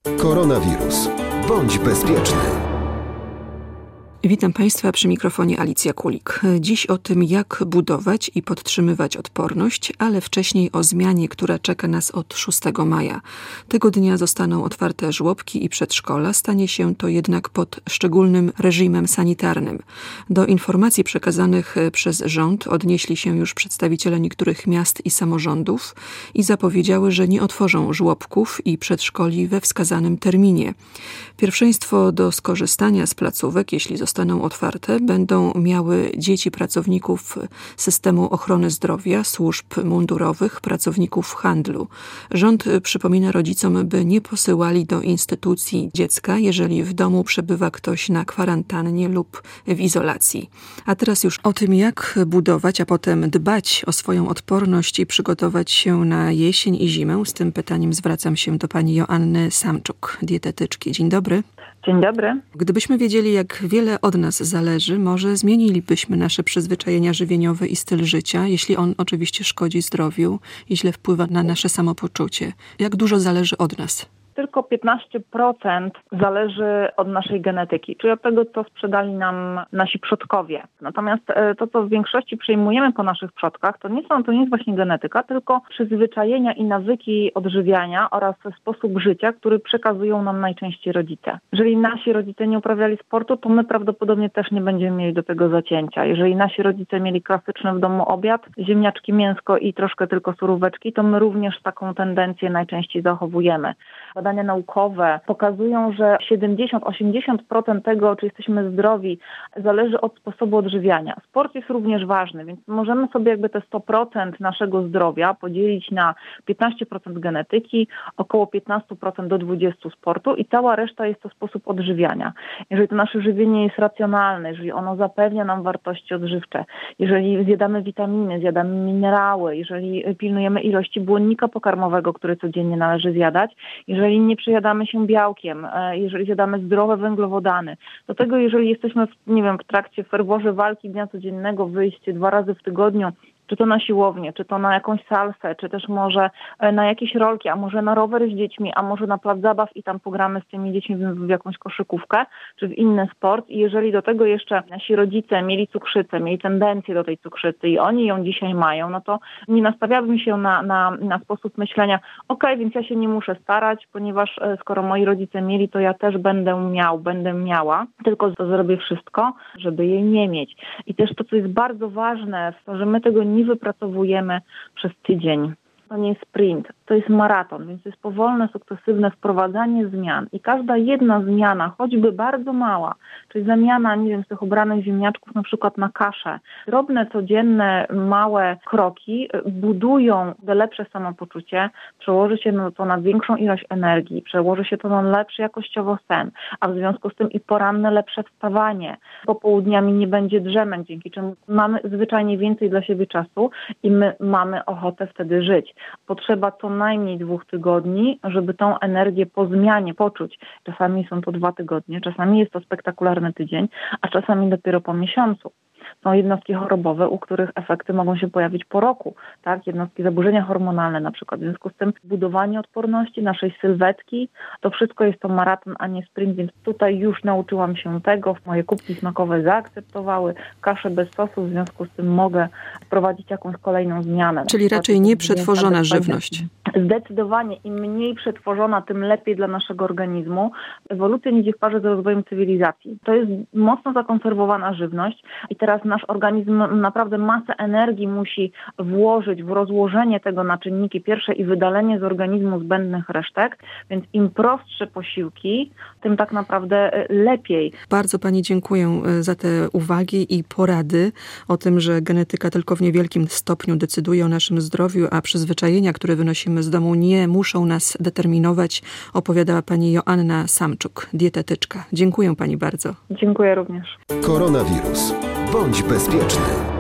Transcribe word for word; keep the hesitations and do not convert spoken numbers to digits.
Koronawirus. Bądź bezpieczny. Witam Państwa, przy mikrofonie Alicja Kulik. Dziś o tym, jak budować i podtrzymywać odporność, ale wcześniej o zmianie, która czeka nas od szóstego maja. Tego dnia zostaną otwarte żłobki i przedszkola, stanie się to jednak pod szczególnym reżimem sanitarnym. Do informacji przekazanych przez rząd odnieśli się już przedstawiciele niektórych miast i samorządów i zapowiedziały, że nie otworzą żłobków i przedszkoli we wskazanym terminie. Pierwszeństwo do skorzystania z placówek, jeśli zostaną zostaną otwarte, będą miały dzieci pracowników systemu ochrony zdrowia, służb mundurowych, pracowników handlu. Rząd przypomina rodzicom, by nie posyłali do instytucji dziecka, jeżeli w domu przebywa ktoś na kwarantannie lub w izolacji. A teraz już o tym, jak budować, a potem dbać o swoją odporność i przygotować się na jesień i zimę. Z tym pytaniem zwracam się do pani Joanny Samczuk, dietetyczki. Dzień dobry. Dzień dobry. Gdybyśmy wiedzieli, jak wiele od nas zależy, może zmienilibyśmy nasze przyzwyczajenia żywieniowe i styl życia, jeśli on oczywiście szkodzi zdrowiu i źle wpływa na nasze samopoczucie. Jak dużo zależy od nas? Tylko piętnaście procent zależy od naszej genetyki, czyli od tego, co sprzedali nam nasi przodkowie. Natomiast to, co w większości przyjmujemy po naszych przodkach, to nie są, to nie jest właśnie genetyka, tylko przyzwyczajenia i nawyki odżywiania oraz sposób życia, który przekazują nam najczęściej rodzice. Jeżeli nasi rodzice nie uprawiali sportu, to my prawdopodobnie też nie będziemy mieli do tego zacięcia. Jeżeli nasi rodzice mieli klasyczny w domu obiad, ziemniaczki, mięsko i troszkę tylko suróweczki, to my również taką tendencję najczęściej zachowujemy. Badania naukowe pokazują, że siedemdziesiąt do osiemdziesięciu procent tego, czy jesteśmy zdrowi, zależy od sposobu odżywiania. Sport jest również ważny, więc możemy sobie jakby te sto procent naszego zdrowia podzielić na piętnaście procent genetyki, około piętnaście procent do dwudziestu procent sportu i cała reszta jest to sposób odżywiania. Jeżeli to nasze żywienie jest racjonalne, jeżeli ono zapewnia nam wartości odżywcze, jeżeli zjadamy witaminy, zjadamy minerały, jeżeli pilnujemy ilości błonnika pokarmowego, który codziennie należy zjadać, jeżeli nie przejadamy się białkiem, jeżeli zjadamy zdrowe węglowodany. Do tego, jeżeli jesteśmy w, nie wiem, w trakcie ferworze walki dnia codziennego, wyjście dwa razy w tygodniu, czy to na siłownię, czy to na jakąś salsę, czy też może na jakieś rolki, a może na rower z dziećmi, a może na plac zabaw i tam pogramy z tymi dziećmi w jakąś koszykówkę, czy w inny sport. I jeżeli do tego jeszcze nasi rodzice mieli cukrzycę, mieli tendencję do tej cukrzycy i oni ją dzisiaj mają, no to nie nastawiałabym się na, na, na sposób myślenia, okej, okay, więc ja się nie muszę starać, ponieważ skoro moi rodzice mieli, to ja też będę miał, będę miała, tylko to zrobię wszystko, żeby jej nie mieć. I też to, co jest bardzo ważne, to, że my tego nie nie wypracowujemy przez tydzień. To nie jest sprint, to jest maraton, więc to jest powolne, sukcesywne wprowadzanie zmian. I każda jedna zmiana, choćby bardzo mała, czyli zamiana, nie wiem, z tych obranych ziemniaczków na przykład na kaszę, drobne, codzienne, małe kroki budują lepsze samopoczucie, przełoży się to na większą ilość energii, przełoży się to na lepszy jakościowo sen, a w związku z tym i poranne lepsze wstawanie. Popołudniami nie będzie drzemek, dzięki czemu mamy zwyczajnie więcej dla siebie czasu i my mamy ochotę wtedy żyć. Potrzeba co najmniej dwóch tygodni, żeby tą energię po zmianie poczuć. Czasami są to dwa tygodnie, czasami jest to spektakularny tydzień, a czasami dopiero po miesiącu. Są jednostki chorobowe, u których efekty mogą się pojawić po roku, tak? Jednostki zaburzenia hormonalne na przykład. W związku z tym budowanie odporności, naszej sylwetki, to wszystko jest to maraton, a nie sprint, więc tutaj już nauczyłam się tego. Moje kubki smakowe zaakceptowały kaszę bez sosu, w związku z tym mogę wprowadzić jakąś kolejną zmianę. Czyli raczej nie przetworzona żywność. Zdecydowanie im mniej przetworzona, tym lepiej dla naszego organizmu. Ewolucja nie idzie w parze z rozwojem cywilizacji. To jest mocno zakonserwowana żywność i teraz nasz organizm naprawdę masę energii musi włożyć w rozłożenie tego na czynniki pierwsze i wydalenie z organizmu zbędnych resztek, więc im prostsze posiłki, tym tak naprawdę lepiej. Bardzo pani dziękuję za te uwagi i porady o tym, że genetyka tylko w niewielkim stopniu decyduje o naszym zdrowiu, a przyzwyczajenia, które wynosimy z domu, nie muszą nas determinować, opowiadała pani Joanna Samczuk, dietetyczka. Dziękuję pani bardzo. Dziękuję również. Koronawirus. Bądź bezpieczny.